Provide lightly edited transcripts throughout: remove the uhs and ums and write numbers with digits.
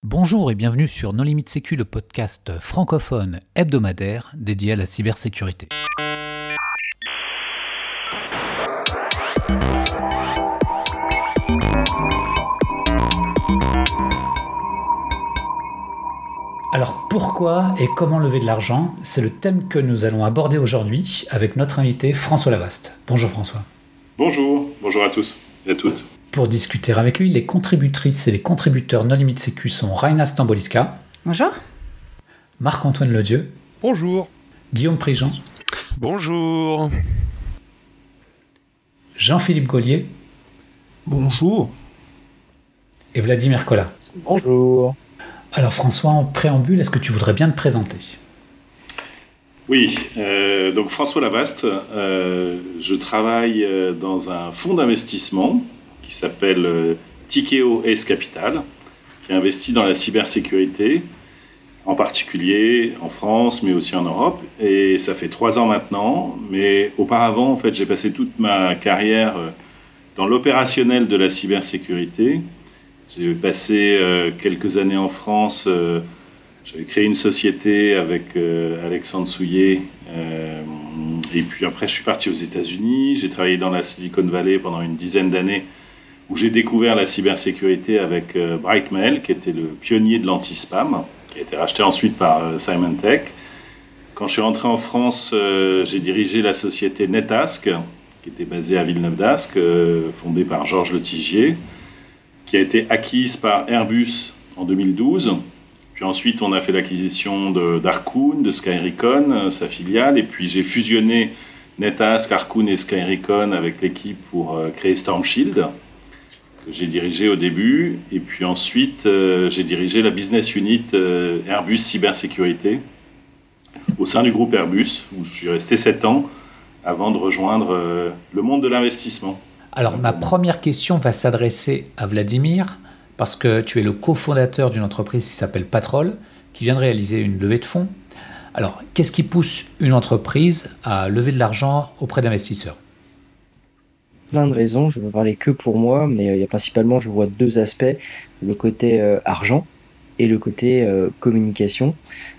Bonjour et bienvenue sur No Limit Sécu, le podcast francophone hebdomadaire dédié à la cybersécurité. Alors pourquoi et comment lever de l'argent ? C'est le thème que nous allons aborder aujourd'hui avec notre invité François Lavaste. Bonjour François. Bonjour à tous et à toutes. Pour discuter avec lui, les contributrices et les contributeurs No Limit Sécu sont Raina Stamboliska. Bonjour. Marc-Antoine Ledieu. Bonjour. Guillaume Prigent. Bonjour. Jean-Philippe Gaulier. Bonjour. Et Vladimir Kola. Bonjour. Alors François, en préambule, est-ce que tu voudrais bien te présenter ? Oui, donc François Lavaste, je travaille dans un fonds d'investissement qui s'appelle Tikeo Ace Capital, qui investit dans la cybersécurité, en particulier en France, mais aussi en Europe. Et ça fait 3 ans maintenant, mais auparavant, en fait, j'ai passé toute ma carrière dans l'opérationnel de la cybersécurité. J'ai passé quelques années en France. J'avais créé une société avec Alexandre Souillet. Et puis après, je suis parti aux États-Unis. J'ai travaillé dans la Silicon Valley pendant une dizaine d'années, où j'ai découvert la cybersécurité avec Brightmail, qui était le pionnier de l'anti-spam, qui a été racheté ensuite par Symantec. Quand je suis rentré en France, j'ai dirigé la société NetAsk, qui était basée à Villeneuve-d'Ascq, fondée par Georges Letigier, qui a été acquise par Airbus en 2012. Puis ensuite, on a fait l'acquisition d'Arcoon, de Skyrecon, sa filiale. Et puis, j'ai fusionné NetAsk, Arcoon et Skyrecon avec l'équipe pour créer StormShield, que j'ai dirigé au début. Et puis ensuite, j'ai dirigé la business unit Airbus Cybersécurité au sein du groupe Airbus, où je suis resté 7 ans avant de rejoindre le monde de l'investissement. Alors, ma première question va s'adresser à Vladimir, parce que tu es le cofondateur d'une entreprise qui s'appelle Patrol, qui vient de réaliser une levée de fonds. Alors, qu'est-ce qui pousse une entreprise à lever de l'argent auprès d'investisseurs ? Plein de raisons, je ne vais parler que pour moi, mais il y a principalement, je vois 2 aspects, le côté argent et le côté communication.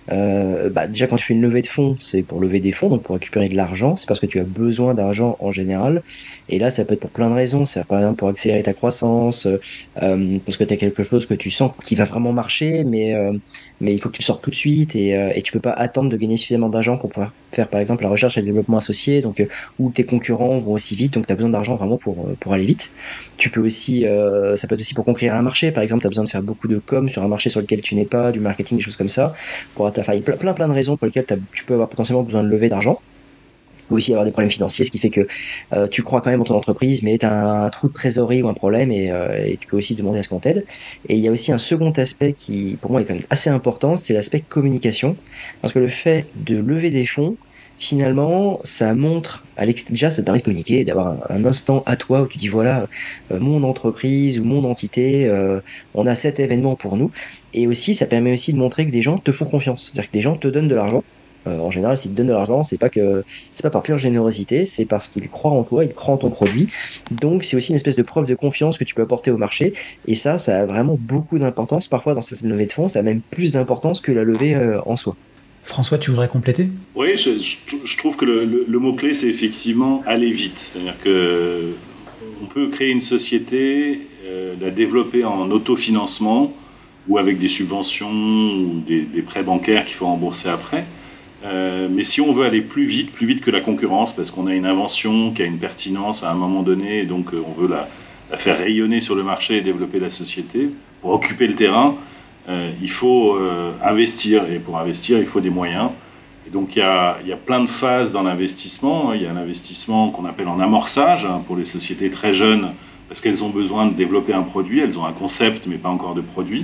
Déjà, quand tu fais une levée de fonds, c'est pour lever des fonds, donc pour récupérer de l'argent, c'est parce que tu as besoin d'argent en général. Et là, ça peut être pour plein de raisons. C'est par exemple pour accélérer ta croissance, parce que tu as quelque chose que tu sens qui va vraiment marcher, mais il faut que tu sortes tout de suite et tu peux pas attendre de gagner suffisamment d'argent pour pouvoir faire par exemple la recherche et le développement associé, donc où tes concurrents vont aussi vite, donc tu as besoin d'argent vraiment pour aller vite. Tu peux aussi, ça peut être aussi pour conquérir un marché. Par exemple, tu as besoin de faire beaucoup de com sur un marché sur lequel tu n'es pas, du marketing, des choses comme ça. Il y a plein de raisons pour lesquelles tu peux avoir potentiellement besoin de lever d'argent. Il faut aussi avoir des problèmes financiers, ce qui fait que tu crois quand même en ton entreprise, mais tu as un trou de trésorerie ou un problème et tu peux aussi demander à ce qu'on t'aide. Et il y a aussi un second aspect qui, pour moi, est quand même assez important, c'est l'aspect communication. Parce que le fait de lever des fonds, finalement, ça montre, déjà, ça te permet de communiquer, d'avoir un instant à toi où tu dis, voilà, mon entreprise ou mon entité, on a cet événement pour nous. Et aussi, ça permet aussi de montrer que des gens te font confiance. C'est-à-dire que des gens te donnent de l'argent. En général, s'ils te donnent de l'argent, c'est pas par pure générosité, c'est parce qu'ils croient en toi, ils croient en ton produit. Donc, c'est aussi une espèce de preuve de confiance que tu peux apporter au marché. Et ça a vraiment beaucoup d'importance. Parfois, dans certaines levées de fonds, ça a même plus d'importance que la levée en soi. François, tu voudrais compléter ? Oui, je trouve que le mot-clé, c'est effectivement aller vite. C'est-à-dire qu'on peut créer une société, la développer en autofinancement ou avec des subventions ou des prêts bancaires qu'il faut rembourser après. Mais si on veut aller plus vite que la concurrence, parce qu'on a une invention qui a une pertinence à un moment donné, et donc on veut la faire rayonner sur le marché et développer la société, pour occuper le terrain, il faut investir. Et pour investir, il faut des moyens. Et donc il y a plein de phases dans l'investissement. Il y a l'investissement qu'on appelle en amorçage, pour les sociétés très jeunes, parce qu'elles ont besoin de développer un produit. Elles ont un concept, mais pas encore de produit.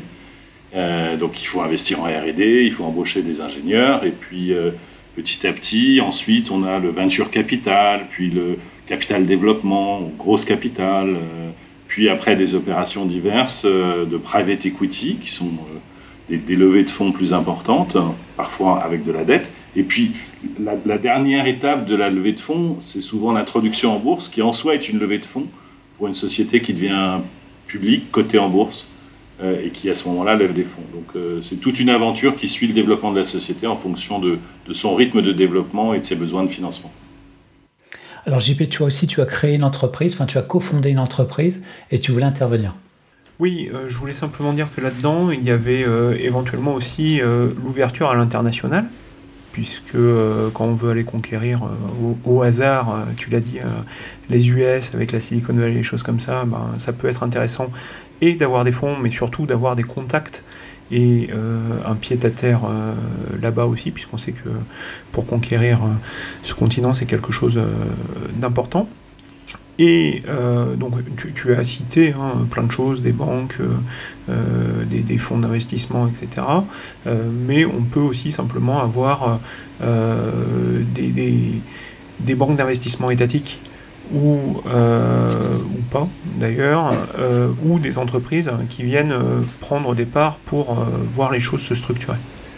Donc il faut investir en R&D, il faut embaucher des ingénieurs, et puis petit à petit, ensuite on a le venture capital, puis le capital développement, grosse capital, puis après des opérations diverses de private equity, qui sont des levées de fonds plus importantes, parfois avec de la dette. Et puis la dernière étape de la levée de fonds, c'est souvent l'introduction en bourse, qui en soi est une levée de fonds pour une société qui devient publique, cotée en bourse. et qui à ce moment-là lève des fonds. Donc c'est toute une aventure qui suit le développement de la société en fonction de son rythme de développement et de ses besoins de financement. Alors JP, tu as créé une entreprise, tu as cofondé une entreprise et tu voulais intervenir. Oui, je voulais simplement dire que là-dedans, il y avait éventuellement aussi l'ouverture à l'international, puisque quand on veut aller conquérir au hasard, tu l'as dit, les US avec la Silicon Valley, les choses comme ça, ça peut être intéressant, et d'avoir des fonds, mais surtout d'avoir des contacts et un pied-à-terre là-bas aussi, puisqu'on sait que pour conquérir ce continent, c'est quelque chose d'important. Et donc tu as cité plein de choses, des banques, des fonds d'investissement, etc. Mais on peut aussi simplement avoir des banques d'investissement étatiques ou pas d'ailleurs, ou des entreprises qui viennent prendre des parts pour voir les choses se structurer.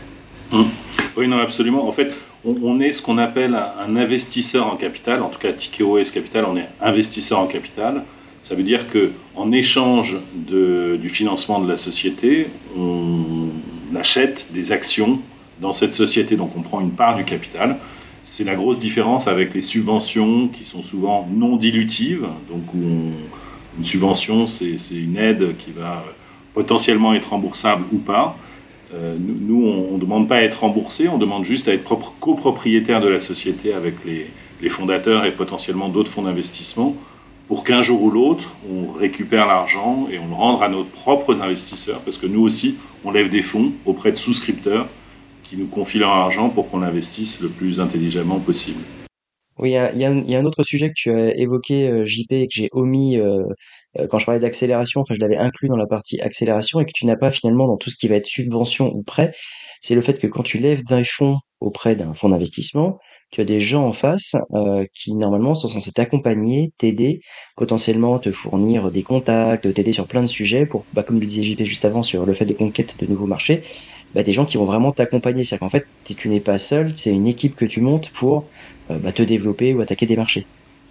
Oui, non, absolument. En fait, on est ce qu'on appelle un investisseur en capital. En tout cas, Tikeo S Capital, on est investisseur en capital. Ça veut dire qu'en échange du financement de la société, on achète des actions dans cette société. Donc, on prend une part du capital. C'est la grosse différence avec les subventions qui sont souvent non dilutives. Donc, une subvention, c'est une aide qui va potentiellement être remboursable ou pas. Nous, on ne demande pas à être remboursé, on demande juste à être copropriétaire de la société avec les fondateurs et potentiellement d'autres fonds d'investissement pour qu'un jour ou l'autre, on récupère l'argent et on le rende à nos propres investisseurs, parce que nous aussi, on lève des fonds auprès de souscripteurs qui nous confient leur argent pour qu'on l'investisse le plus intelligemment possible. Oui, il y a un autre sujet que tu as évoqué, JP, et que j'ai omis quand je parlais d'accélération, enfin je l'avais inclus dans la partie accélération et que tu n'as pas finalement dans tout ce qui va être subvention ou prêt, c'est le fait que quand tu lèves des fonds auprès d'un fonds d'investissement, tu as des gens en face qui normalement sont censés t'accompagner, t'aider, potentiellement te fournir des contacts, t'aider sur plein de sujets pour, comme le disait JP juste avant sur le fait de conquête de nouveaux marchés, des gens qui vont vraiment t'accompagner. C'est-à-dire qu'en fait, tu n'es pas seul, c'est une équipe que tu montes pour te développer ou attaquer des marchés.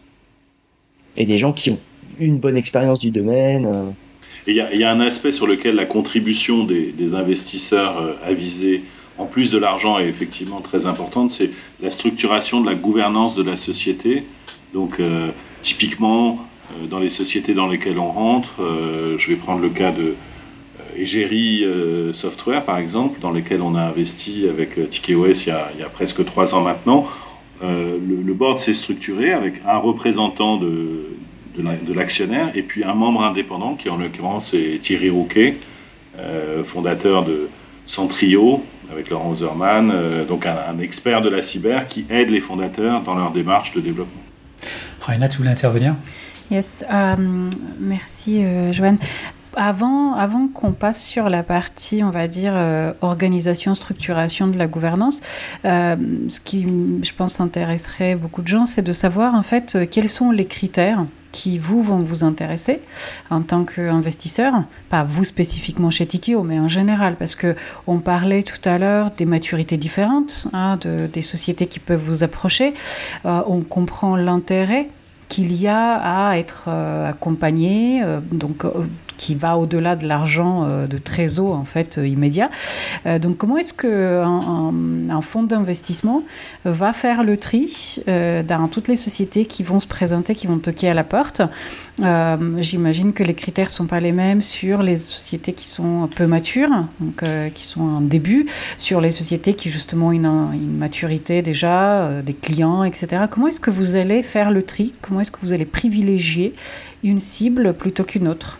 Et des gens qui ont une bonne expérience du domaine. Et il y a un aspect sur lequel la contribution des investisseurs avisés, en plus de l'argent, est effectivement très importante, c'est la structuration de la gouvernance de la société. Donc, typiquement, dans les sociétés dans lesquelles on rentre, je vais prendre le cas de Egeri Software, par exemple, dans lesquels on a investi avec Tikeo S il y a presque 3 ans maintenant. Le board s'est structuré avec un représentant de l'actionnaire et puis un membre indépendant qui en l'occurrence est Thierry Rouquet, fondateur de Centrio avec Laurent Oserman, donc un expert de la cyber qui aide les fondateurs dans leur démarche de développement. Raina, tu voulais intervenir ? Yes, merci Joanne. Avant qu'on passe sur la partie, on va dire, organisation, structuration de la gouvernance, ce qui, je pense, intéresserait beaucoup de gens, c'est de savoir, en fait, quels sont les critères qui vont vous intéresser en tant qu'investisseur, pas vous spécifiquement chez Tikeo, mais en général, parce qu'on parlait tout à l'heure des maturités différentes, des sociétés qui peuvent vous approcher. On comprend l'intérêt qu'il y a à être accompagné, qui va au-delà de l'argent de trésor en fait immédiat. Donc comment est-ce qu'un fonds d'investissement va faire le tri dans toutes les sociétés qui vont se présenter, qui vont toquer à la porte? J'imagine que les critères sont pas les mêmes sur les sociétés qui sont peu matures, donc qui sont en début, sur les sociétés qui justement ont une maturité déjà, des clients, etc. Comment est-ce que vous allez faire le tri? Comment est-ce que vous allez privilégier une cible plutôt qu'une autre?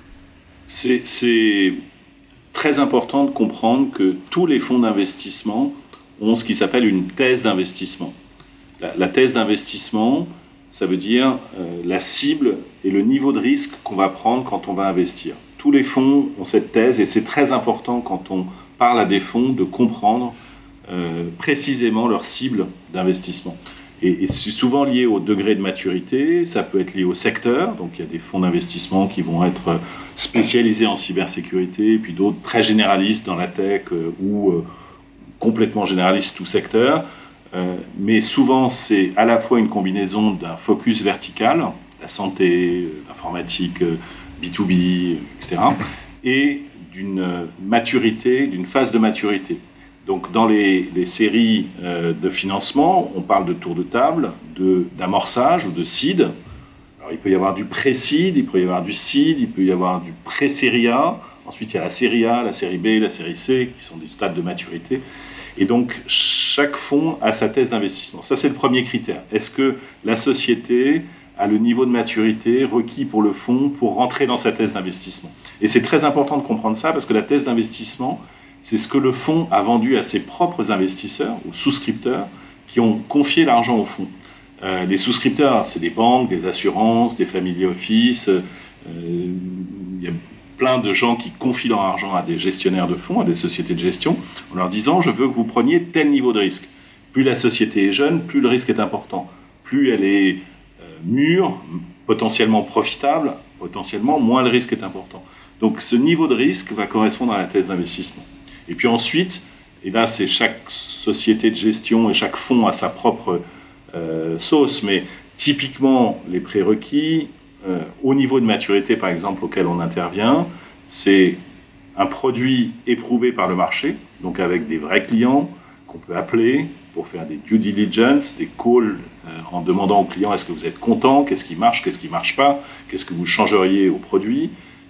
C'est très important de comprendre que tous les fonds d'investissement ont ce qui s'appelle une thèse d'investissement. La thèse d'investissement, ça veut dire la cible et le niveau de risque qu'on va prendre quand on va investir. Tous les fonds ont cette thèse et c'est très important quand on parle à des fonds de comprendre précisément leur cible d'investissement. Et c'est souvent lié au degré de maturité, ça peut être lié au secteur, donc il y a des fonds d'investissement qui vont être spécialisés en cybersécurité, puis d'autres très généralistes dans la tech ou complètement généralistes tout secteur. Mais souvent c'est à la fois une combinaison d'un focus vertical, la santé, l'informatique, B2B, etc., et d'une maturité, d'une phase de maturité. Donc dans les séries de financement, on parle de tour de table, d'amorçage ou de seed. Alors il peut y avoir du pré-seed, il peut y avoir du seed, il peut y avoir du pré-série A. Ensuite il y a la série A, la série B, la série C, qui sont des stades de maturité. Et donc chaque fonds a sa thèse d'investissement. Ça c'est le premier critère. Est-ce que la société a le niveau de maturité requis pour le fonds pour rentrer dans sa thèse d'investissement? Et c'est très important de comprendre ça parce que la thèse d'investissement, c'est ce que le fonds a vendu à ses propres investisseurs ou souscripteurs qui ont confié l'argent au fonds. Les souscripteurs, c'est des banques, des assurances, des family office. Il y a plein de gens qui confient leur argent à des gestionnaires de fonds, à des sociétés de gestion, en leur disant « je veux que vous preniez tel niveau de risque ». Plus la société est jeune, plus le risque est important. Plus elle est mûre, potentiellement profitable, potentiellement moins le risque est important. Donc ce niveau de risque va correspondre à la thèse d'investissement. Et puis ensuite, et là c'est chaque société de gestion et chaque fonds a sa propre sauce, mais typiquement les prérequis, au niveau de maturité par exemple auquel on intervient, c'est un produit éprouvé par le marché, donc avec des vrais clients qu'on peut appeler pour faire des due diligence, des calls en demandant aux clients est-ce que vous êtes content, qu'est-ce qui marche pas, qu'est-ce que vous changeriez au produit,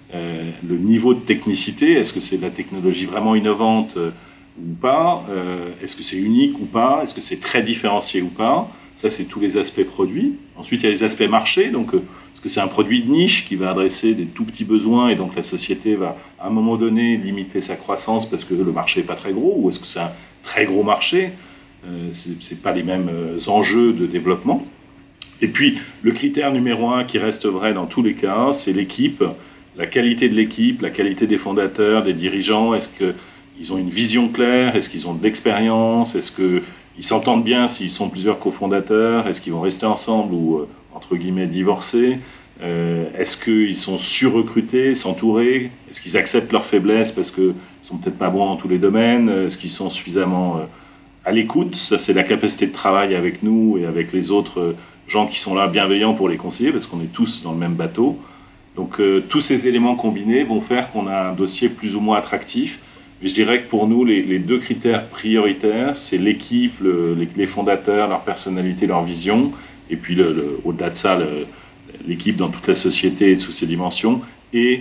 le niveau de technicité, est-ce que c'est de la technologie vraiment innovante ou pas, est-ce que c'est unique ou pas, est-ce que c'est très différencié ou pas. Ça, c'est tous les aspects produits. Ensuite, il y a les aspects marché. Donc, est-ce que c'est un produit de niche qui va adresser des tout petits besoins et donc la société va, à un moment donné, limiter sa croissance parce que le marché n'est pas très gros, ou est-ce que c'est un très gros marché? Ce n'est pas les mêmes enjeux de développement. Et puis, le critère numéro 1 qui reste vrai dans tous les cas, c'est l'équipe, la qualité de l'équipe, la qualité des fondateurs, des dirigeants. Est-ce qu'ils ont une vision claire? Est-ce qu'ils ont de l'expérience? Est-ce qu'ils s'entendent bien s'ils sont plusieurs cofondateurs? Est-ce qu'ils vont rester ensemble ou, entre guillemets, divorcer? Est-ce qu'ils sont surrecrutés, s'entourer? Est-ce qu'ils acceptent leurs faiblesses parce qu'ils ne sont peut-être pas bons dans tous les domaines? Est-ce qu'ils sont suffisamment à l'écoute? Ça, c'est la capacité de travail avec nous et avec les autres gens qui sont là, bienveillants pour les conseiller, parce qu'on est tous dans le même bateau. Donc, tous ces éléments combinés vont faire qu'on a un dossier plus ou moins attractif. Mais je dirais que pour nous, les deux critères prioritaires, c'est l'équipe, les fondateurs, leur personnalité, leur vision, et puis au-delà de ça, l'équipe dans toute la société et sous ses dimensions, et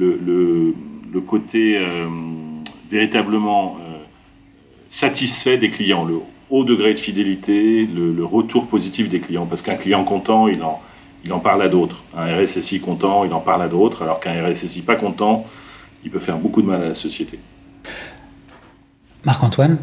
le côté véritablement satisfait des clients, le haut degré de fidélité, le retour positif des clients, parce qu'un client content, il en parle à d'autres. Un RSSI content, il en parle à d'autres, alors qu'un RSSI pas content, il peut faire beaucoup de mal à la société. Marc-Antoine?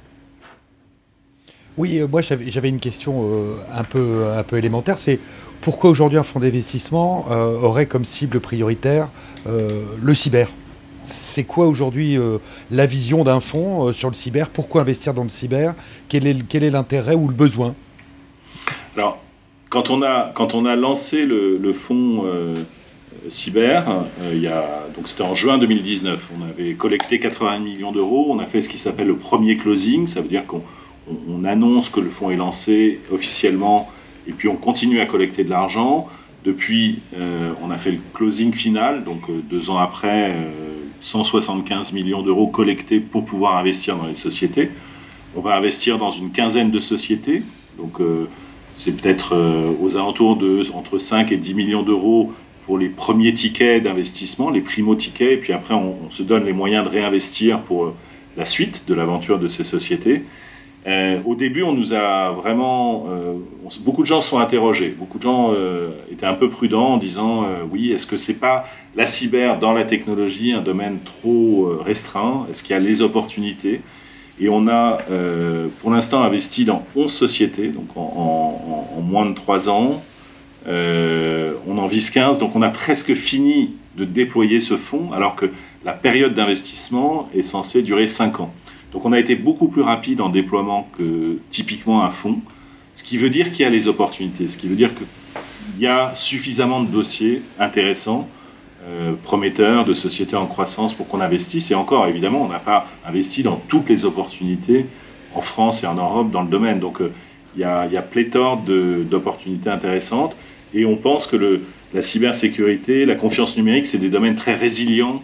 Oui, moi j'avais une question un peu élémentaire, c'est pourquoi aujourd'hui un fonds d'investissement aurait comme cible prioritaire le cyber? C'est quoi aujourd'hui la vision d'un fonds sur le cyber? Pourquoi investir dans le cyber? Quel est l'intérêt ou le besoin? Alors, quand on a lancé le fonds cyber, donc c'était en juin 2019, on avait collecté 80 millions d'euros, on a fait ce qui s'appelle le premier closing, ça veut dire qu'on annonce que le fonds est lancé officiellement et puis on continue à collecter de l'argent. Depuis, on a fait le closing final, donc 2 ans après, 175 millions d'euros collectés pour pouvoir investir dans les sociétés. On va investir dans une quinzaine de sociétés, donc c'est peut-être aux alentours entre 5 et 10 millions d'euros pour les premiers tickets d'investissement, les primo-tickets, et puis après on se donne les moyens de réinvestir pour la suite de l'aventure de ces sociétés. Au début, on nous a vraiment... beaucoup de gens se sont interrogés, beaucoup de gens étaient un peu prudents en disant oui, est-ce que c'est pas la cyber dans la technologie un domaine trop restreint? Est-ce qu'il y a les opportunités? Et on a pour l'instant investi dans 11 sociétés, donc en moins de 3 ans. On en vise 15, donc on a presque fini de déployer ce fonds, alors que la période d'investissement est censée durer 5 ans. Donc on a été beaucoup plus rapide en déploiement que typiquement un fonds, ce qui veut dire qu'il y a les opportunités, ce qui veut dire qu'il y a suffisamment de dossiers intéressants, prometteurs, de sociétés en croissance pour qu'on investisse. Et encore, évidemment, on n'a pas investi dans toutes les opportunités en France et en Europe dans le domaine. Donc il y a pléthore d'opportunités intéressantes. Et on pense que la cybersécurité, la confiance numérique, c'est des domaines très résilients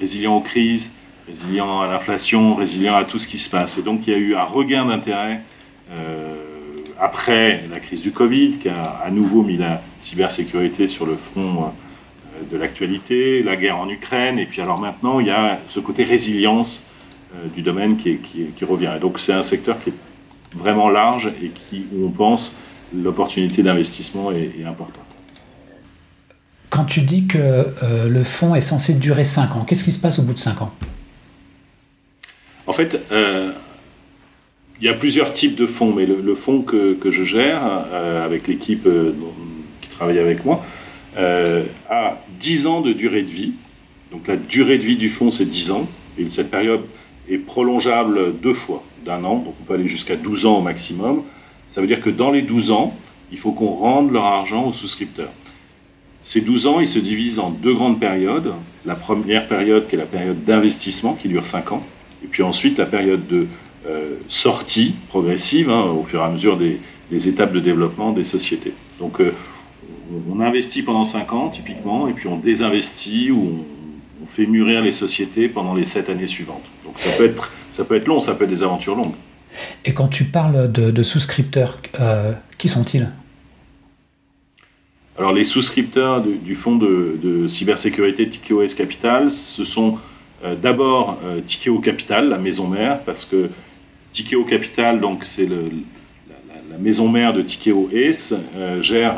résilient aux crises, résilient à l'inflation, résilient à tout ce qui se passe. Et donc il y a eu un regain d'intérêt après la crise du Covid, qui a à nouveau mis la cybersécurité sur le front de l'actualité, la guerre en Ukraine, et puis alors maintenant il y a ce côté résilience du domaine qui revient. Et donc c'est un secteur qui est vraiment large et où on pense l'opportunité d'investissement est importante. Quand tu dis que le fonds est censé durer 5 ans, qu'est-ce qui se passe au bout de 5 ans ? En fait, il y a plusieurs types de fonds, mais le fonds que je gère avec l'équipe qui travaille avec moi a 10 ans de durée de vie. Donc la durée de vie du fonds, c'est 10 ans. Et cette période est prolongeable 2 fois d'1 an. Donc on peut aller jusqu'à 12 ans au maximum. Ça veut dire que dans les 12 ans, il faut qu'on rende leur argent aux souscripteurs. Ces 12 ans, ils se divisent en 2 grandes périodes. La première période, qui est la période d'investissement, qui dure 5 ans. Et puis ensuite, la période de sortie progressive, au fur et à mesure des étapes de développement des sociétés. Donc, on investit pendant 5 ans, typiquement, et puis on désinvestit ou on fait mûrir les sociétés pendant les 7 années suivantes. Donc, ça peut être long, ça peut être des aventures longues. Et quand tu parles de souscripteurs, qui sont-ils ? Alors, les souscripteurs du fonds de cybersécurité Tikehau Ace Capital, ce sont d'abord Tikehau Capital, la maison mère, parce que Tikehau Capital, donc c'est la maison mère de Tikehau Ace, gère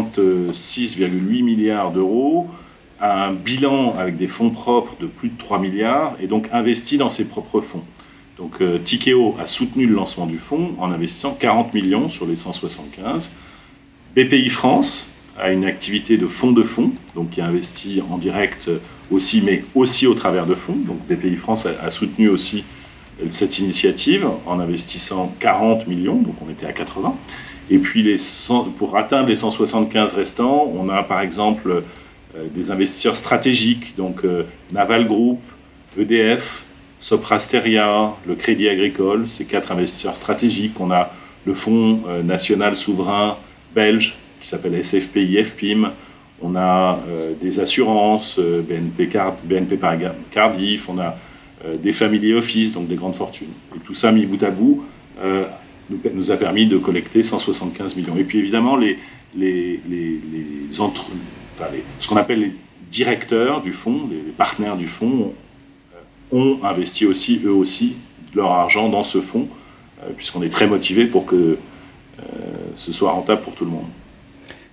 36,8 milliards d'euros, a un bilan avec des fonds propres de plus de 3 milliards et donc investit dans ses propres fonds. Donc Tikehau a soutenu le lancement du fonds en investissant 40 millions sur les 175. BPI France a une activité de fonds, donc qui investit en direct aussi, mais aussi au travers de fonds. Donc BPI France a soutenu aussi cette initiative en investissant 40 millions, donc on était à 80. Et puis pour atteindre les 175 restants, on a par exemple des investisseurs stratégiques, donc Naval Group, EDF, Soprasteria, le Crédit Agricole, ces 4 investisseurs stratégiques. On a le Fonds national souverain belge qui s'appelle SFPI FPIM. On a des assurances, BNP Paribas Cardiff, on a des family office, donc des grandes fortunes. Et tout ça mis bout à bout nous a permis de collecter 175 millions. Et puis évidemment, ce qu'on appelle les directeurs du fonds, les partenaires du fonds, ont investi aussi, eux aussi, leur argent dans ce fonds, puisqu'on est très motivés pour que ce soit rentable pour tout le monde. Guillaume ?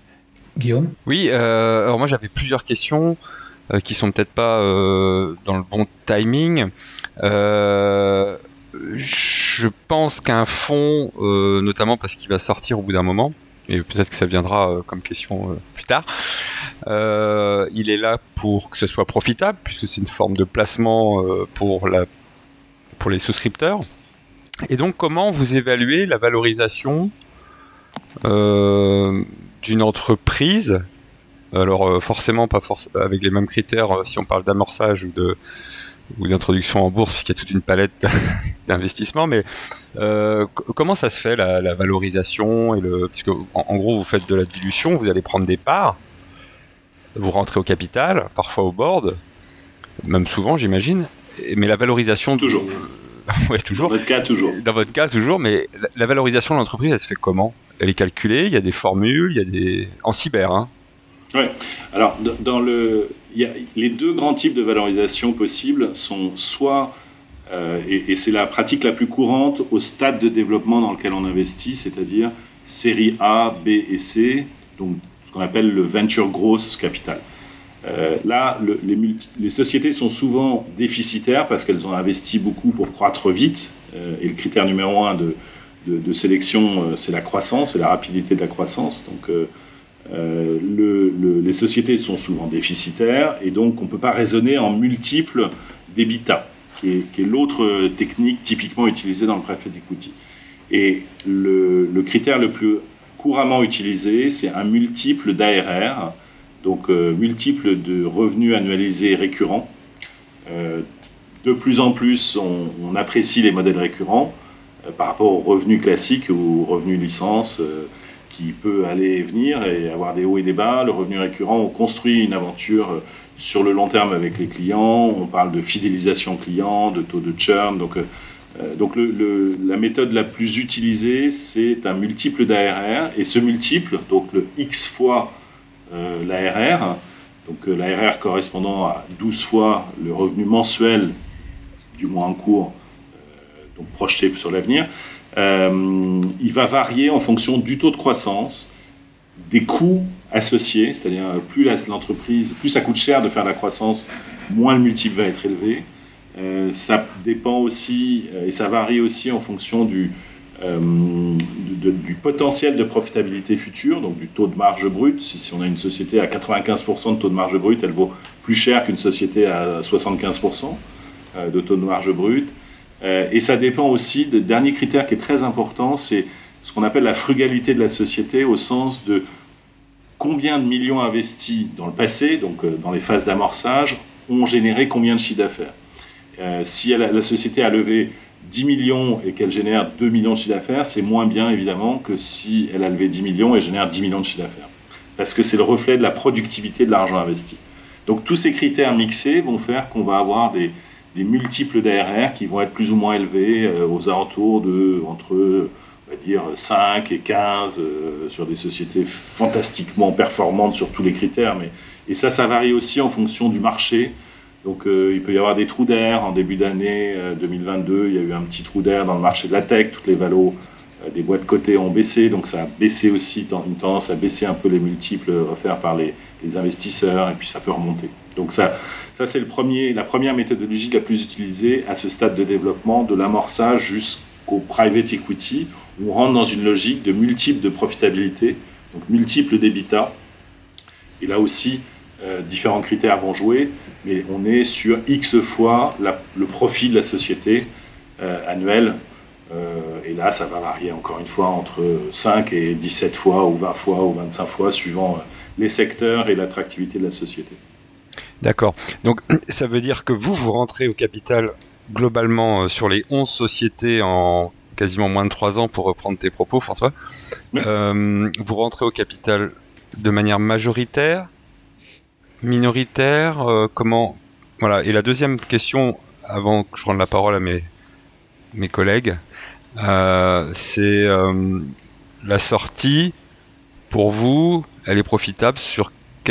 Oui, alors moi j'avais plusieurs questions qui sont peut-être pas dans le bon timing. Je pense qu'un fonds, notamment parce qu'il va sortir au bout d'un moment, et peut-être que ça viendra comme question plus tard, il est là pour que ce soit profitable, puisque c'est une forme de placement pour les souscripteurs. Et donc, comment vous évaluez la valorisation d'une entreprise ? Alors, forcément, pas avec les mêmes critères si on parle d'amorçage ou d'introduction en bourse, puisqu'il y a toute une palette d'investissements, mais comment ça se fait la valorisation puisque en gros vous faites de la dilution, vous allez prendre des parts, vous rentrez au capital, parfois au board, même souvent j'imagine, mais la valorisation toujours. Ouais, toujours. Dans votre cas toujours, mais la valorisation de l'entreprise, elle se fait comment ? Elle est calculée, il y a des formules, il y a des en cyber, hein. Ouais. Alors les 2 grands types de valorisation possibles sont soit et c'est la pratique la plus courante au stade de développement dans lequel on investit, c'est-à-dire série A, B et C, donc ce qu'on appelle le venture growth capital. Là, les sociétés sont souvent déficitaires parce qu'elles ont investi beaucoup pour croître vite, et le critère numéro 1 de sélection, c'est la croissance et la rapidité de la croissance. Donc, les sociétés sont souvent déficitaires et donc on ne peut pas raisonner en multiples d'EBITDA, qui est l'autre technique typiquement utilisée dans le private equity. Et le critère le plus couramment utilisé, c'est un multiple d'ARR, donc multiple de revenus annualisés récurrents. De plus en plus, on apprécie les modèles récurrents par rapport aux revenus classiques ou aux revenus licence, qui peut aller et venir et avoir des hauts et des bas. Le revenu récurrent, on construit une aventure sur le long terme avec les clients. On parle de fidélisation client, de taux de churn. Donc la méthode la plus utilisée, c'est un multiple d'ARR. Et ce multiple, donc le X fois l'ARR, donc l'ARR correspondant à 12 fois le revenu mensuel du mois en cours, donc projeté sur l'avenir, il va varier en fonction du taux de croissance, des coûts associés, c'est-à-dire plus l'entreprise, plus ça coûte cher de faire la croissance, moins le multiple va être élevé. Ça dépend aussi, et ça varie aussi en fonction du potentiel de profitabilité future, donc du taux de marge brute. Si on a une société à 95% de taux de marge brute, elle vaut plus cher qu'une société à 75% de taux de marge brute. Et ça dépend aussi du dernier critère qui est très important, c'est ce qu'on appelle la frugalité de la société, au sens de combien de millions investis dans le passé, donc dans les phases d'amorçage, ont généré combien de chiffre d'affaires. Si la société a levé 10 millions et qu'elle génère 2 millions de chiffre d'affaires, c'est moins bien évidemment que si elle a levé 10 millions et génère 10 millions de chiffre d'affaires. Parce que c'est le reflet de la productivité de l'argent investi. Donc tous ces critères mixés vont faire qu'on va avoir des multiples d'ARR qui vont être plus ou moins élevés aux alentours de entre, on va dire, 5 et 15 sur des sociétés fantastiquement performantes sur tous les critères. Et ça varie aussi en fonction du marché. Donc il peut y avoir des trous d'air. En début d'année 2022, il y a eu un petit trou d'air dans le marché de la tech. Toutes les valos des boîtes cotées ont baissé. Donc ça a baissé aussi, une tendance à baisser un peu les multiples offerts par les investisseurs. Et puis ça peut remonter. Donc ça c'est la première méthodologie la plus utilisée à ce stade de développement, de l'amorçage jusqu'au private equity, où on rentre dans une logique de multiples de profitabilité, donc multiples d'EBITDA. Et là aussi, différents critères vont jouer, mais on est sur X fois le profit de la société annuel. Et là, ça va varier encore une fois entre 5 et 17 fois, ou 20 fois, ou 25 fois, suivant les secteurs et l'attractivité de la société. D'accord. Donc, ça veut dire que vous rentrez au capital globalement sur les 11 sociétés en quasiment moins de 3 ans, pour reprendre tes propos, François. Oui. Vous rentrez au capital de manière majoritaire, minoritaire, comment... Voilà. Et la deuxième question, avant que je rende la parole à mes collègues, c'est la sortie, pour vous, elle est profitable sur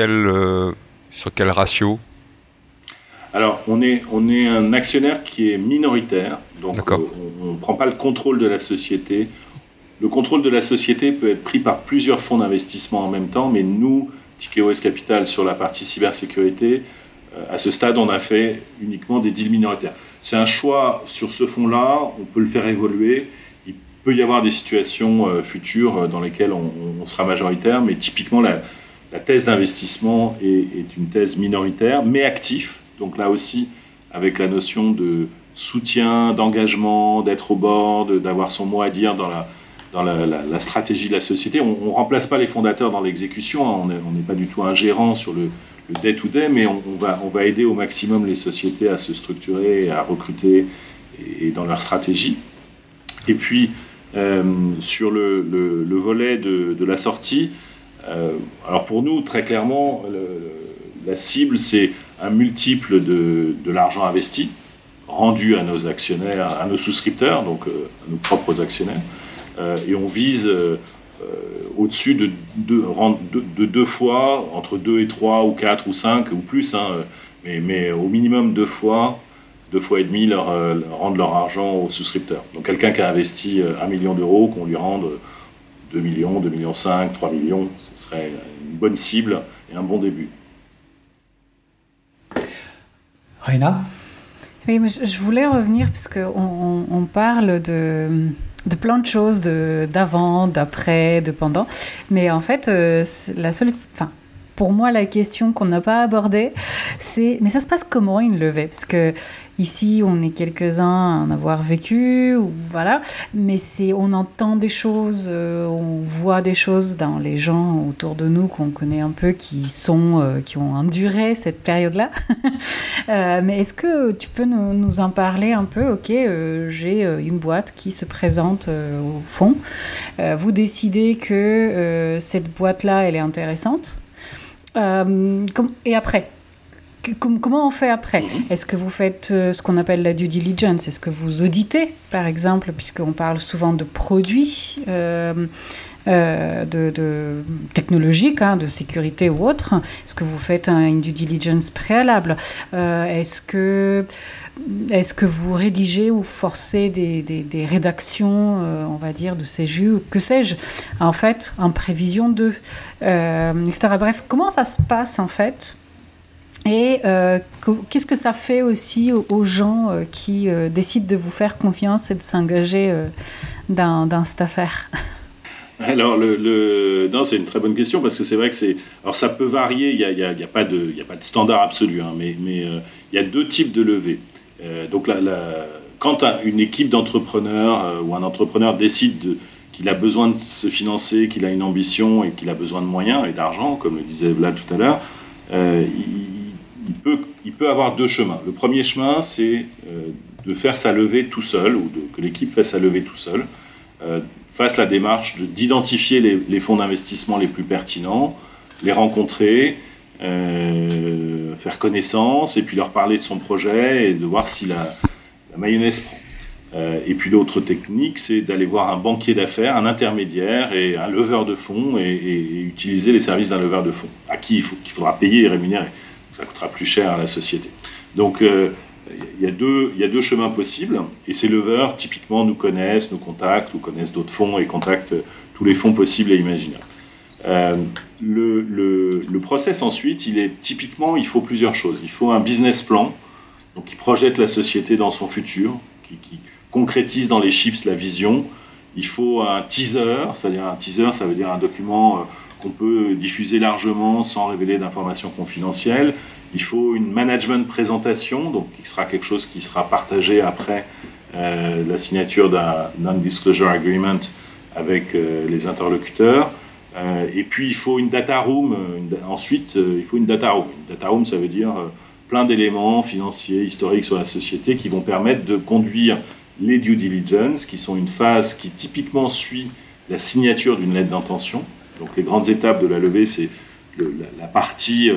quel ratio ? Alors, on est un actionnaire qui est minoritaire, donc on ne prend pas le contrôle de la société. Le contrôle de la société peut être pris par plusieurs fonds d'investissement en même temps, mais nous, Tikehau S Capital, sur la partie cybersécurité, à ce stade, on a fait uniquement des deals minoritaires. C'est un choix sur ce fonds-là, on peut le faire évoluer. Il peut y avoir des situations futures dans lesquelles on sera majoritaire, mais typiquement, la thèse d'investissement est une thèse minoritaire, mais actif. Donc là aussi, avec la notion de soutien, d'engagement, d'être au bord, d'avoir son mot à dire dans la stratégie de la société. On ne remplace pas les fondateurs dans l'exécution, hein. On n'est pas du tout un gérant sur le day-to-day, mais on va aider au maximum les sociétés à se structurer, à recruter et dans leur stratégie. Et puis, sur le volet de la sortie, alors pour nous, très clairement, la cible, c'est un multiple de l'argent investi, rendu à nos actionnaires, à nos souscripteurs, donc à nos propres actionnaires, et on vise au-dessus de 2 fois, entre 2 et 3 ou 4 ou 5 ou plus, hein, mais au minimum 2 fois et demi rendre leur argent aux souscripteurs. Donc quelqu'un qui a investi 1 million d'euros, qu'on lui rende 2 millions, 2 millions 5, 3 millions, ce serait une bonne cible et un bon début. Raina ? Oui, mais je voulais revenir, puisqu'on parle de plein de choses, d'avant, d'après, de pendant. Mais en fait, pour moi, la question qu'on n'a pas abordée, c'est mais ça se passe comment une levée ? Parce que ici, on est quelques-uns à en avoir vécu, voilà. Mais on entend des choses, on voit des choses dans les gens autour de nous qu'on connaît un peu, qui ont enduré cette période-là. Mais est-ce que tu peux nous en parler un peu ? Ok, j'ai une boîte qui se présente au fond. Vous décidez que cette boîte-là, elle est intéressante. Et après, comment on fait après? Est-ce que vous faites ce qu'on appelle la due diligence? Est-ce que vous auditez, par exemple, puisqu'on parle souvent de produits de technologiques, de sécurité ou autre? Est-ce que vous faites une due diligence préalable? Est-ce que vous rédigez ou forcez des rédactions, on va dire, de CEJU ou que sais-je, en fait, en prévision d'eux, etc. Bref, comment ça se passe, en fait? Et qu'est-ce que ça fait aussi aux gens qui décident de vous faire confiance et de s'engager dans cette affaire? Alors, non, c'est une très bonne question parce que c'est vrai que alors ça peut varier. Il y a pas de standard absolu, mais il y a deux types de levées. Donc quand une équipe d'entrepreneurs ou un entrepreneur décide qu'il a besoin de se financer, qu'il a une ambition et qu'il a besoin de moyens et d'argent, comme le disait Vlad tout à l'heure, il peut avoir deux chemins. Le premier chemin, c'est de faire sa levée tout seul, ou que l'équipe fasse sa levée tout seul, fasse la démarche d'identifier les fonds d'investissement les plus pertinents, les rencontrer, faire connaissance, et puis leur parler de son projet et de voir si la mayonnaise prend. Et puis l'autre technique, c'est d'aller voir un banquier d'affaires, un intermédiaire et un leveur de fonds et utiliser les services d'un leveur de fonds, à qui qu'il faudra payer et rémunérer. Ça coûtera plus cher à la société. Donc il y a deux chemins possibles, et ces leveurs typiquement nous connaissent, nous contactent ou connaissent d'autres fonds et contactent tous les fonds possibles et imaginables. Le process ensuite, il faut plusieurs choses. Il faut un business plan, donc qui projette la société dans son futur, qui concrétise dans les chiffres la vision. Il faut un teaser, c'est-à-dire un teaser, ça veut dire un document qu'on peut diffuser largement sans révéler d'informations confidentielles. Il faut une management présentation, donc qui sera quelque chose qui sera partagé après la signature d'un non-disclosure agreement avec les interlocuteurs. Et puis il faut une data room. Ensuite, il faut une data room. Une data room, ça veut dire plein d'éléments financiers, historiques sur la société qui vont permettre de conduire les due diligence, qui sont une phase qui typiquement suit la signature d'une lettre d'intention. Donc les grandes étapes de la levée, c'est la partie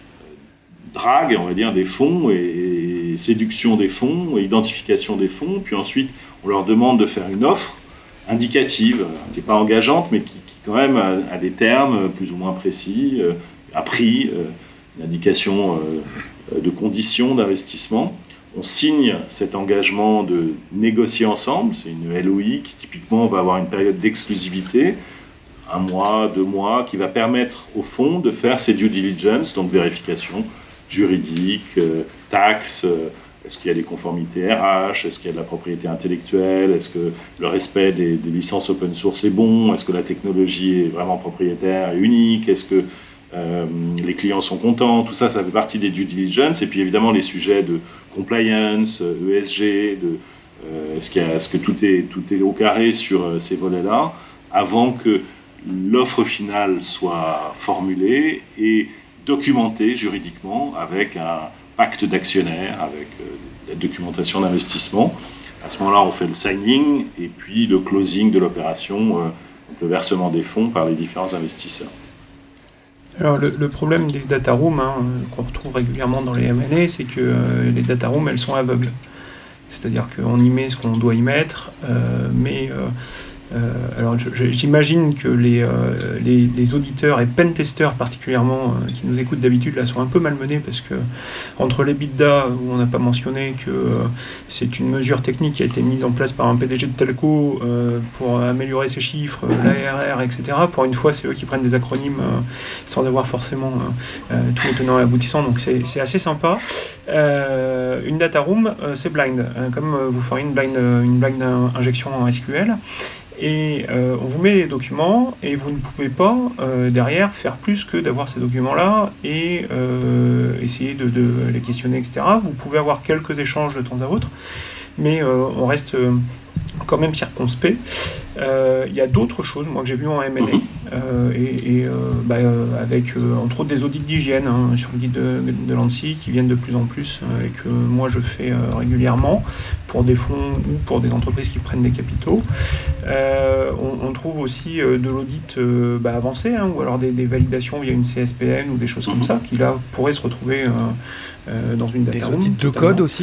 drague, on va dire, des fonds et séduction des fonds, et identification des fonds. Puis ensuite, on leur demande de faire une offre indicative, qui n'est pas engageante, mais qui quand même a des termes plus ou moins précis, un prix, une indication de conditions d'investissement. On signe cet engagement de négocier ensemble, c'est une LOI qui typiquement va avoir une période d'exclusivité, 1 mois, 2 mois, qui va permettre au fonds de faire ses due diligence, donc vérification juridique, taxes, est-ce qu'il y a des conformités RH, est-ce qu'il y a de la propriété intellectuelle, est-ce que le respect des licences open source est bon, est-ce que la technologie est vraiment propriétaire et unique, est-ce que les clients sont contents, tout ça, ça fait partie des due diligence. Et puis évidemment les sujets de compliance, ESG, est-ce que tout est au carré sur ces volets-là, avant que l'offre finale soit formulée et documentée juridiquement avec un pacte d'actionnaires, avec la documentation d'investissement. À ce moment-là, on fait le signing et puis le closing de l'opération, le versement des fonds par les différents investisseurs. Alors le problème des data rooms qu'on retrouve régulièrement dans les M&A, c'est que les data rooms, elles sont aveugles. C'est-à-dire qu'on y met ce qu'on doit y mettre, mais alors j'imagine que les auditeurs et pentesters particulièrement qui nous écoutent d'habitude là sont un peu malmenés, parce que entre les l'EBITDA, où on n'a pas mentionné que c'est une mesure technique qui a été mise en place par un PDG de telco pour améliorer ses chiffres, l'ARR, etc. Pour une fois, c'est eux qui prennent des acronymes sans avoir forcément tous les tenants et aboutissants, donc c'est assez sympa. Une data room, c'est blind, comme vous feriez une blind injection en SQL. Et on vous met les documents et vous ne pouvez pas derrière faire plus que d'avoir ces documents-là et essayer de les questionner, etc. Vous pouvez avoir quelques échanges de temps à autre, mais on reste quand même circonspect. Il y a d'autres choses, moi, que j'ai vues en M&A, avec entre autres des audits d'hygiène sur le guide de l'ANSSI qui viennent de plus en plus et que moi je fais régulièrement pour des fonds ou pour des entreprises qui prennent des capitaux. On trouve aussi de l'audit avancé, ou alors des validations via une CSPN ou des choses comme ça qui là pourraient se retrouver dans une data room. Des audits de code aussi.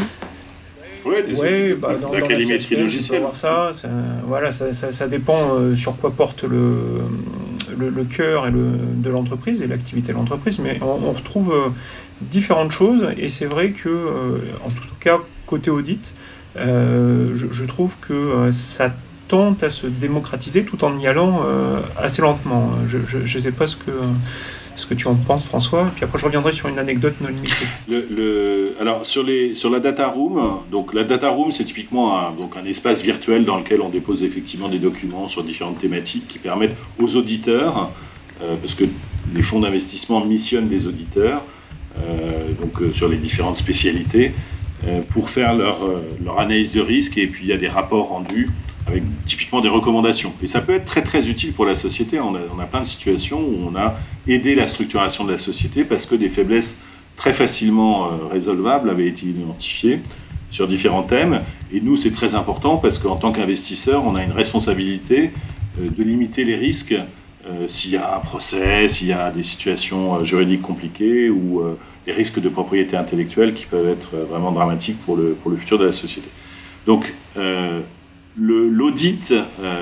Dans la callimétrie logicielle. Ça dépend sur quoi porte le cœur de l'entreprise et l'activité de l'entreprise, mais on retrouve différentes choses, et c'est vrai que, en tout cas, côté audit, je trouve que ça tente à se démocratiser tout en y allant assez lentement. Je ne sais pas ce que tu en penses, François, puis après je reviendrai sur une anecdote non limitée. Alors sur la data room, donc la data room c'est typiquement un espace virtuel dans lequel on dépose effectivement des documents sur différentes thématiques qui permettent aux auditeurs, parce que les fonds d'investissement missionnent des auditeurs, sur les différentes spécialités, pour faire leur analyse de risque, et puis il y a des rapports rendus avec typiquement des recommandations. Et ça peut être très très utile pour la société. On a plein de situations où on a aidé la structuration de la société parce que des faiblesses très facilement résolvables avaient été identifiées sur différents thèmes. Et nous, c'est très important parce qu'en tant qu'investisseur, on a une responsabilité de limiter les risques s'il y a un procès, s'il y a des situations juridiques compliquées ou des risques de propriété intellectuelle qui peuvent être vraiment dramatiques pour le futur de la société. Donc, l'audit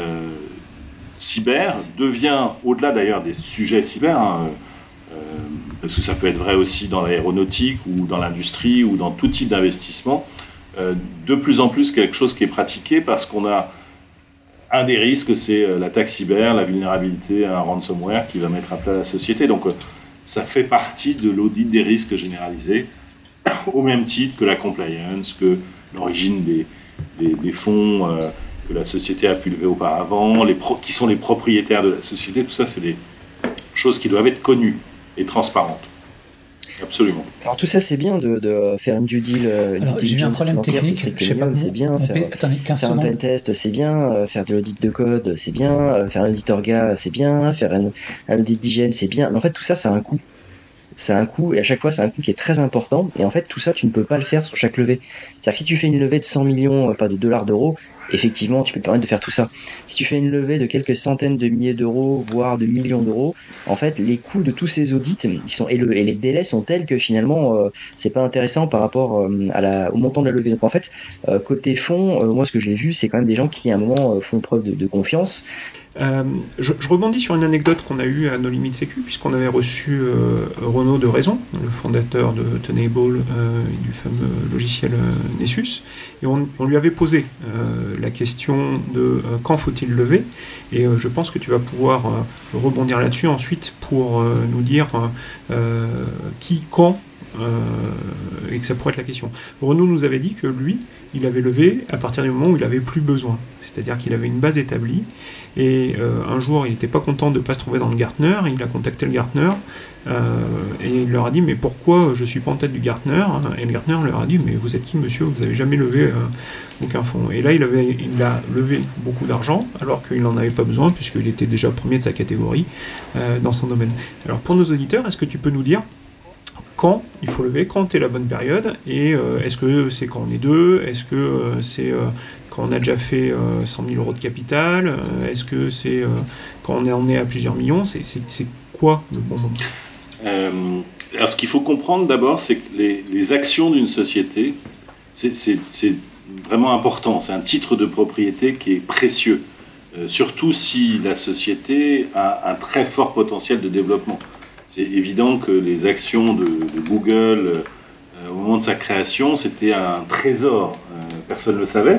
cyber devient, au-delà d'ailleurs des sujets cyber, parce que ça peut être vrai aussi dans l'aéronautique ou dans l'industrie ou dans tout type d'investissement, de plus en plus quelque chose qui est pratiqué parce qu'on a un des risques, c'est l'attaque cyber, la vulnérabilité à un ransomware qui va mettre à plat la société. Donc ça fait partie de l'audit des risques généralisés, au même titre que la compliance, que l'origine des fonds que la société a pu lever auparavant, qui sont les propriétaires de la société. Tout ça, c'est des choses qui doivent être connues et transparentes. Absolument. Alors tout ça, c'est bien de faire une due deal. J'ai eu un problème technique, je sais pas, c'est bien. Faire un pen test, c'est bien. Faire de l'audit de code, c'est bien. Faire un audit orga, c'est bien. Faire un audit d'hygiène, c'est bien. Mais en fait, tout ça, ça a un coût. Ça a un coût, et à chaque fois, c'est un coût qui est très important. Et en fait, tout ça, tu ne peux pas le faire sur chaque levée. C'est-à-dire que si tu fais une levée de 100 millions, pas de dollars, d'euros, effectivement, tu peux te permettre de faire tout ça. Si tu fais une levée de quelques centaines de milliers d'euros, voire de millions d'euros, en fait, les coûts de tous ces audits, et les délais sont tels que finalement, c'est pas intéressant par rapport au montant de la levée. Donc en fait, côté fonds, moi, ce que j'ai vu, c'est quand même des gens qui, à un moment, font preuve de confiance. Je rebondis sur une anecdote qu'on a eue à No Limit Sécu, puisqu'on avait reçu Renaud de Raison, le fondateur de Tenable et du fameux logiciel Nessus, et on lui avait posé la question de quand faut-il lever, et je pense que tu vas pouvoir rebondir là-dessus ensuite pour nous dire qui, quand, et que ça pourrait être la question. Renaud nous avait dit que lui, il avait levé à partir du moment où il n'avait plus besoin. C'est-à-dire qu'il avait une base établie, et un jour il n'était pas content de ne pas se trouver dans le Gartner, il a contacté le Gartner, et il leur a dit mais pourquoi je ne suis pas en tête du Gartner, et le Gartner leur a dit mais vous êtes qui monsieur, vous n'avez jamais levé aucun fonds. Et là il a levé beaucoup d'argent alors qu'il n'en avait pas besoin puisqu'il était déjà premier de sa catégorie dans son domaine. Alors pour nos auditeurs, est-ce que tu peux nous dire quand il faut lever, quand est la bonne période, et est-ce que c'est quand on est deux, est-ce que c'est quand on a déjà fait 100 000 euros de capital, est-ce que c'est quand on est à plusieurs millions, c'est quoi le bon moment? Alors ce qu'il faut comprendre d'abord, c'est que les actions d'une société, c'est vraiment important, c'est un titre de propriété qui est précieux, surtout si la société a un très fort potentiel de développement. C'est évident que les actions de Google, au moment de sa création, c'était un trésor. Personne ne le savait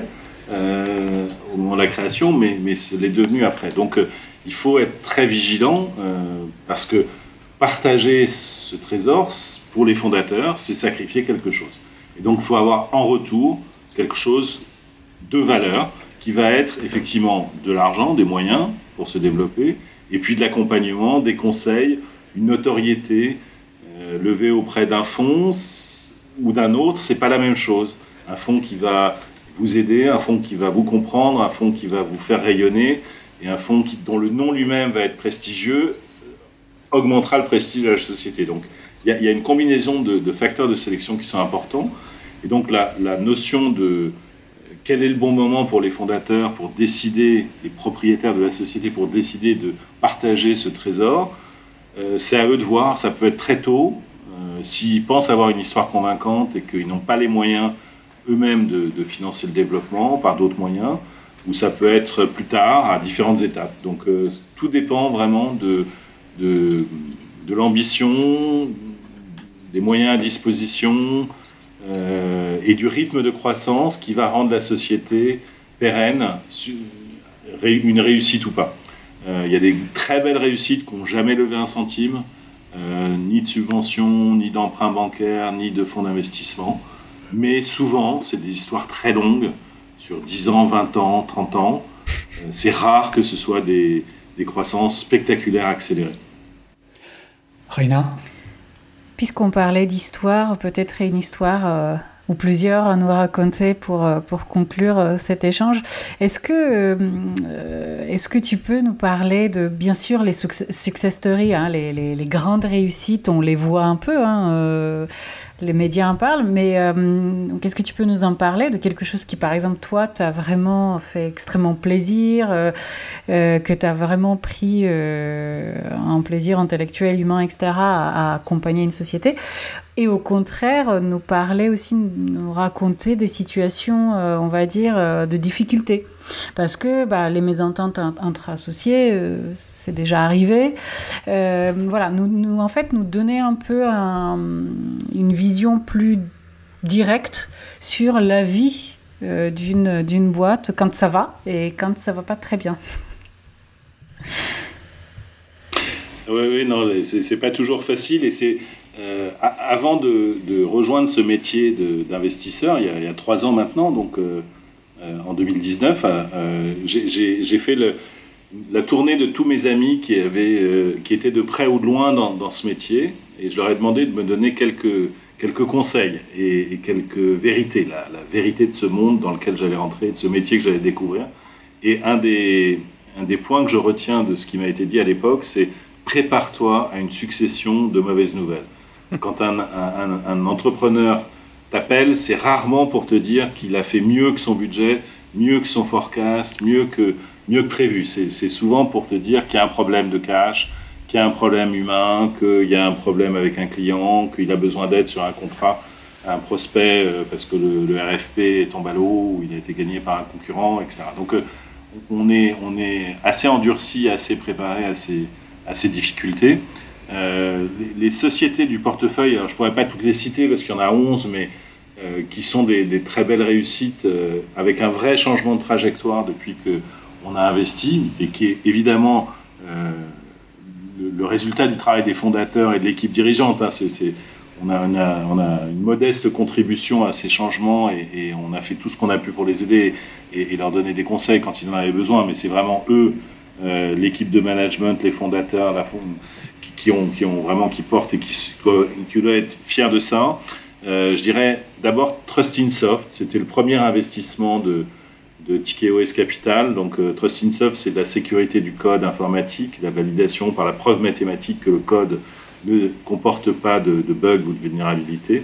au moment de la création, mais ce l'est devenu après. Donc il faut être très vigilant parce que partager ce trésor, pour les fondateurs, c'est sacrifier quelque chose. Et donc il faut avoir en retour quelque chose de valeur qui va être effectivement de l'argent, des moyens pour se développer, et puis de l'accompagnement, des conseils, une notoriété levée auprès d'un fonds ou d'un autre, c'est pas la même chose. Un fonds qui va vous aider, un fonds qui va vous comprendre, un fonds qui va vous faire rayonner, et un fonds dont le nom lui-même va être prestigieux, augmentera le prestige de la société. Donc il y a une combinaison de facteurs de sélection qui sont importants, et donc la notion de quel est le bon moment pour les fondateurs pour décider, les propriétaires de la société, pour décider de partager ce trésor, c'est à eux de voir. Ça peut être très tôt, s'ils pensent avoir une histoire convaincante et qu'ils n'ont pas les moyens eux-mêmes de financer le développement par d'autres moyens, ou ça peut être plus tard, à différentes étapes. Donc tout dépend vraiment de l'ambition, des moyens à disposition, et du rythme de croissance qui va rendre la société pérenne, une réussite ou pas. Il y a des très belles réussites qui n'ont jamais levé un centime, ni de subvention, ni d'emprunt bancaire, ni de fonds d'investissement. Mais souvent, c'est des histoires très longues, sur 10 ans, 20 ans, 30 ans. C'est rare que ce soit des croissances spectaculaires accélérées. Reina ? Puisqu'on parlait d'histoire, peut-être une histoire ou plusieurs à nous raconter pour conclure cet échange. Est-ce que tu peux nous parler de, bien sûr, les success stories, hein, les grandes réussites, on les voit un peu, hein, les médias en parlent, mais qu'est-ce que tu peux nous en parler de quelque chose qui, par exemple, toi, t'as vraiment fait extrêmement plaisir, que t'as vraiment pris un plaisir intellectuel, humain, etc., à accompagner une société, et au contraire, nous parler aussi, nous raconter des situations, on va dire, de difficultés. Parce que les mésententes entre associés, c'est déjà arrivé. Voilà, en fait, nous donner un peu une vision plus directe sur la vie d'une boîte quand ça va et quand ça va pas très bien. Oui, non, c'est pas toujours facile, et c'est avant de rejoindre ce métier d'investisseur, il y a 3 ans maintenant, donc en 2019, j'ai fait la tournée de tous mes amis qui étaient de près ou de loin dans ce métier, et je leur ai demandé de me donner quelques conseils et quelques vérités, la vérité de ce monde dans lequel j'allais rentrer, de ce métier que j'allais découvrir. Et un des points que je retiens de ce qui m'a été dit à l'époque, c'est: prépare-toi à une succession de mauvaises nouvelles. Quand un entrepreneur t'appelle, c'est rarement pour te dire qu'il a fait mieux que son budget, mieux que son forecast, mieux que prévu. C'est souvent pour te dire qu'il y a un problème de cash, qu'il y a un problème humain, qu'il y a un problème avec un client, qu'il a besoin d'aide sur un contrat, un prospect parce que le RFP est tombé à l'eau ou il a été gagné par un concurrent, etc. Donc on est assez endurci, assez préparé à ces difficultés. Les sociétés du portefeuille, alors je ne pourrais pas toutes les citer parce qu'il y en a 11, mais qui sont des très belles réussites, avec un vrai changement de trajectoire depuis qu'on a investi, et qui est évidemment le résultat du travail des fondateurs et de l'équipe dirigeante. Hein. On a une modeste contribution à ces changements, et on a fait tout ce qu'on a pu pour les aider et leur donner des conseils quand ils en avaient besoin, mais c'est vraiment eux, l'équipe de management, les fondateurs, qui portent et qui doivent être fiers de ça. Je dirais d'abord Trust-in-Soft, c'était le premier investissement de TKOS Capital. Donc Trust-in-Soft, c'est de la sécurité du code informatique, la validation par la preuve mathématique que le code ne comporte pas de bugs ou de vulnérabilité.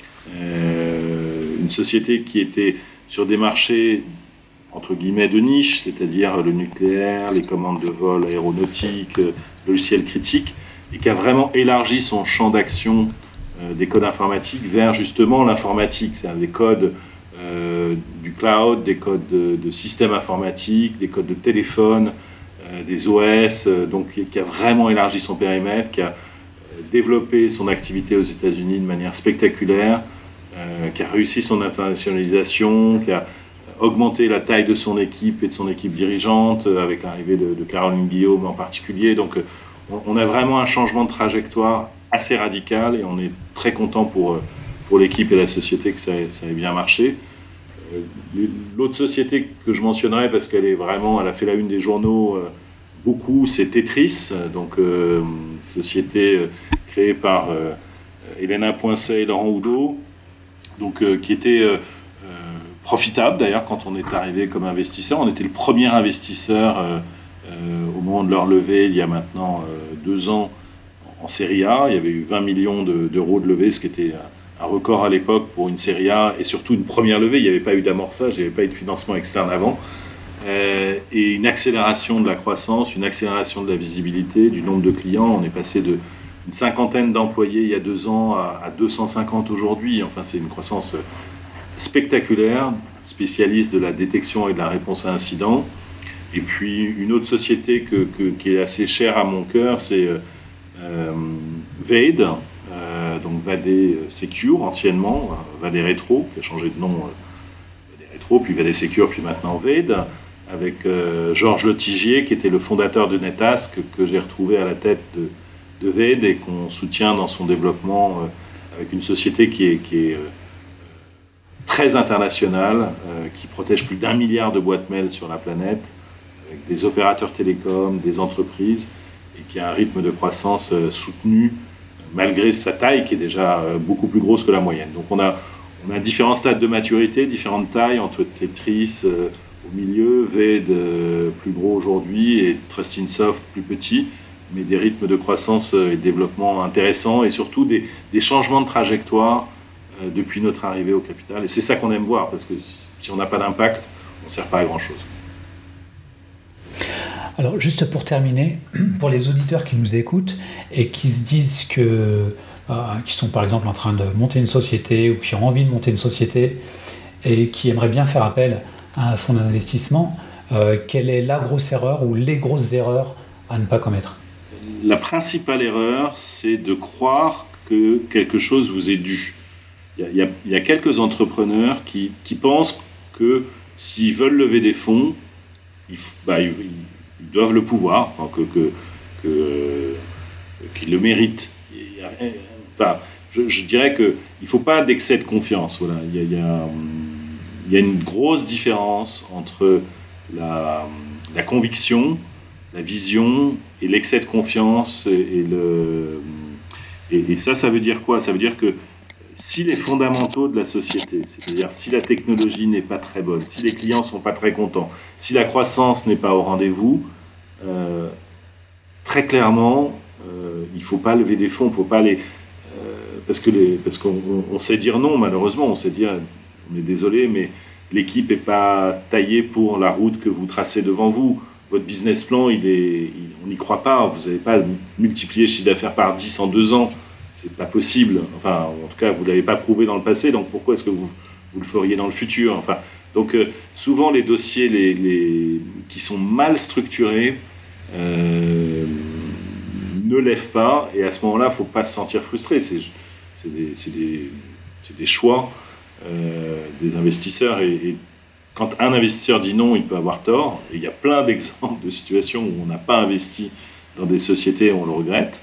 Une société qui était sur des marchés entre guillemets de niche, c'est-à-dire le nucléaire, les commandes de vol aéronautiques, logiciels critiques, et qui a vraiment élargi son champ d'action des codes informatiques vers justement l'informatique, c'est-à-dire des codes du cloud, des codes de systèmes informatiques, des codes de téléphone, des OS, donc qui a vraiment élargi son périmètre, qui a développé son activité aux États-Unis de manière spectaculaire, qui a réussi son internationalisation, qui a augmenté la taille de son équipe et de son équipe dirigeante, avec l'arrivée de Caroline Guillaume en particulier. Donc on a vraiment un changement de trajectoire assez radical, et on est très content pour l'équipe et la société que ça ait bien marché. L'autre société que je mentionnerai, parce qu'elle a fait la une des journaux beaucoup, c'est Tetris, donc société créée par Elena Poincet et Laurent Oudot, donc qui était profitable d'ailleurs quand on est arrivé comme investisseur. On était le premier investisseur au moment de leur levée il y a maintenant 2 ans en série A. Il y avait eu 20 millions d'euros de levée, ce qui était un record à l'époque pour une série A et surtout une première levée. Il n'y avait pas eu d'amorçage, il n'y avait pas eu de financement externe avant. Et une accélération de la croissance, une accélération de la visibilité, du nombre de clients. On est passé d'une 50aine d'employés il y a 2 ans à 250 aujourd'hui. Enfin, c'est une croissance spectaculaire, spécialiste de la détection et de la réponse à incidents. Et puis une autre société qui est assez chère à mon cœur, c'est Vade, donc Vade Secure anciennement, Vade Retro, qui a changé de nom, Vade Retro, puis Vade Secure, puis maintenant Vade, avec Georges Letigier, qui était le fondateur de NetAsk, que j'ai retrouvé à la tête de Vade et qu'on soutient dans son développement avec une société qui est très internationale, qui protège plus d'1 milliard de boîtes mail sur la planète, avec des opérateurs télécoms, des entreprises, et qui a un rythme de croissance soutenu, malgré sa taille qui est déjà beaucoup plus grosse que la moyenne. Donc on a différents stades de maturité, différentes tailles, entre Tetris au milieu, Vade plus gros aujourd'hui, et Trust-in-Soft plus petit, mais des rythmes de croissance et de développement intéressants, et surtout des changements de trajectoire depuis notre arrivée au capital. Et c'est ça qu'on aime voir, parce que si on n'a pas d'impact, on ne sert pas à grand-chose. Alors, juste pour terminer, pour les auditeurs qui nous écoutent et qui se disent qui sont par exemple en train de monter une société ou qui ont envie de monter une société et qui aimeraient bien faire appel à un fonds d'investissement, quelle est la grosse erreur ou les grosses erreurs à ne pas commettre ? La principale erreur, c'est de croire que quelque chose vous est dû. Il y a quelques entrepreneurs qui pensent que s'ils veulent lever des fonds, ils doivent le pouvoir, qu'ils le méritent. Enfin, je dirais qu'il ne faut pas d'excès de confiance. Voilà. Il y a une grosse différence entre la conviction, la vision et l'excès de confiance. Et ça veut dire quoi ? Ça veut dire que si les fondamentaux de la société, c'est-à-dire si la technologie n'est pas très bonne, si les clients ne sont pas très contents, si la croissance n'est pas au rendez-vous, très clairement, il ne faut pas lever des fonds, faut pas parce qu'on sait dire non, malheureusement, on sait dire, on est désolé, mais l'équipe n'est pas taillée pour la route que vous tracez devant vous. Votre business plan, on n'y croit pas, vous n'avez pas multiplié le chiffre d'affaires par 10 en 2 ans. C'est pas possible. Enfin, en tout cas, vous ne l'avez pas prouvé dans le passé, donc pourquoi est-ce que vous le feriez dans le futur ? Enfin, donc, souvent, les dossiers qui sont mal structurés ne lèvent pas, et à ce moment-là, il ne faut pas se sentir frustré. C'est des choix des investisseurs, et quand un investisseur dit non, il peut avoir tort, et il y a plein d'exemples de situations où on n'a pas investi dans des sociétés et on le regrette.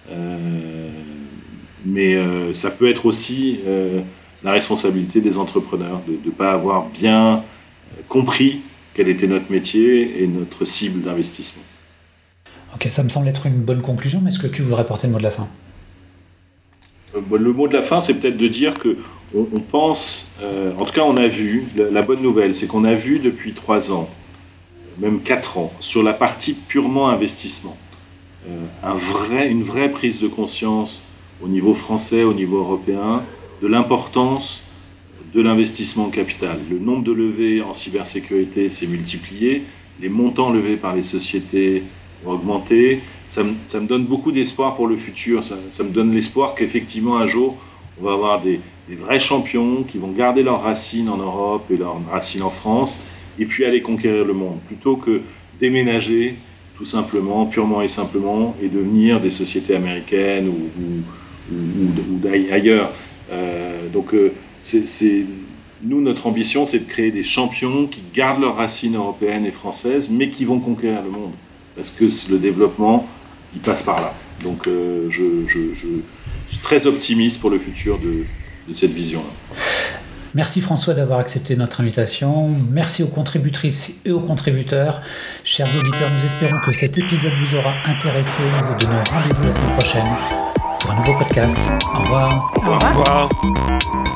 Mais ça peut être aussi la responsabilité des entrepreneurs de ne pas avoir bien compris quel était notre métier et notre cible d'investissement. Ok, ça me semble être une bonne conclusion, mais est-ce que tu voudrais porter le mot de la fin ? Le mot de la fin, c'est peut-être de dire qu'on pense, en tout cas on a vu, la bonne nouvelle, c'est qu'on a vu depuis 3 ans, même 4 ans, sur la partie purement investissement, une vraie prise de conscience au niveau français, au niveau européen, de l'importance de l'investissement capital. Le nombre de levées en cybersécurité s'est multiplié, les montants levés par les sociétés ont augmenté. Ça me donne beaucoup d'espoir pour le futur. Ça me donne l'espoir qu'effectivement, un jour, on va avoir des vrais champions qui vont garder leurs racines en Europe et leurs racines en France, et puis aller conquérir le monde, plutôt que déménager tout simplement, purement et simplement, et devenir des sociétés américaines ou d'ailleurs. Donc, nous, notre ambition, c'est de créer des champions qui gardent leurs racines européennes et françaises, mais qui vont conquérir le monde. Parce que le développement, il passe par là. Donc, je suis très optimiste pour le futur de cette vision-là. Merci François d'avoir accepté notre invitation. Merci aux contributrices et aux contributeurs. Chers auditeurs, nous espérons que cet épisode vous aura intéressé. Nous vous donnons rendez-vous la semaine prochaine pour un nouveau podcast. Au revoir. Au revoir.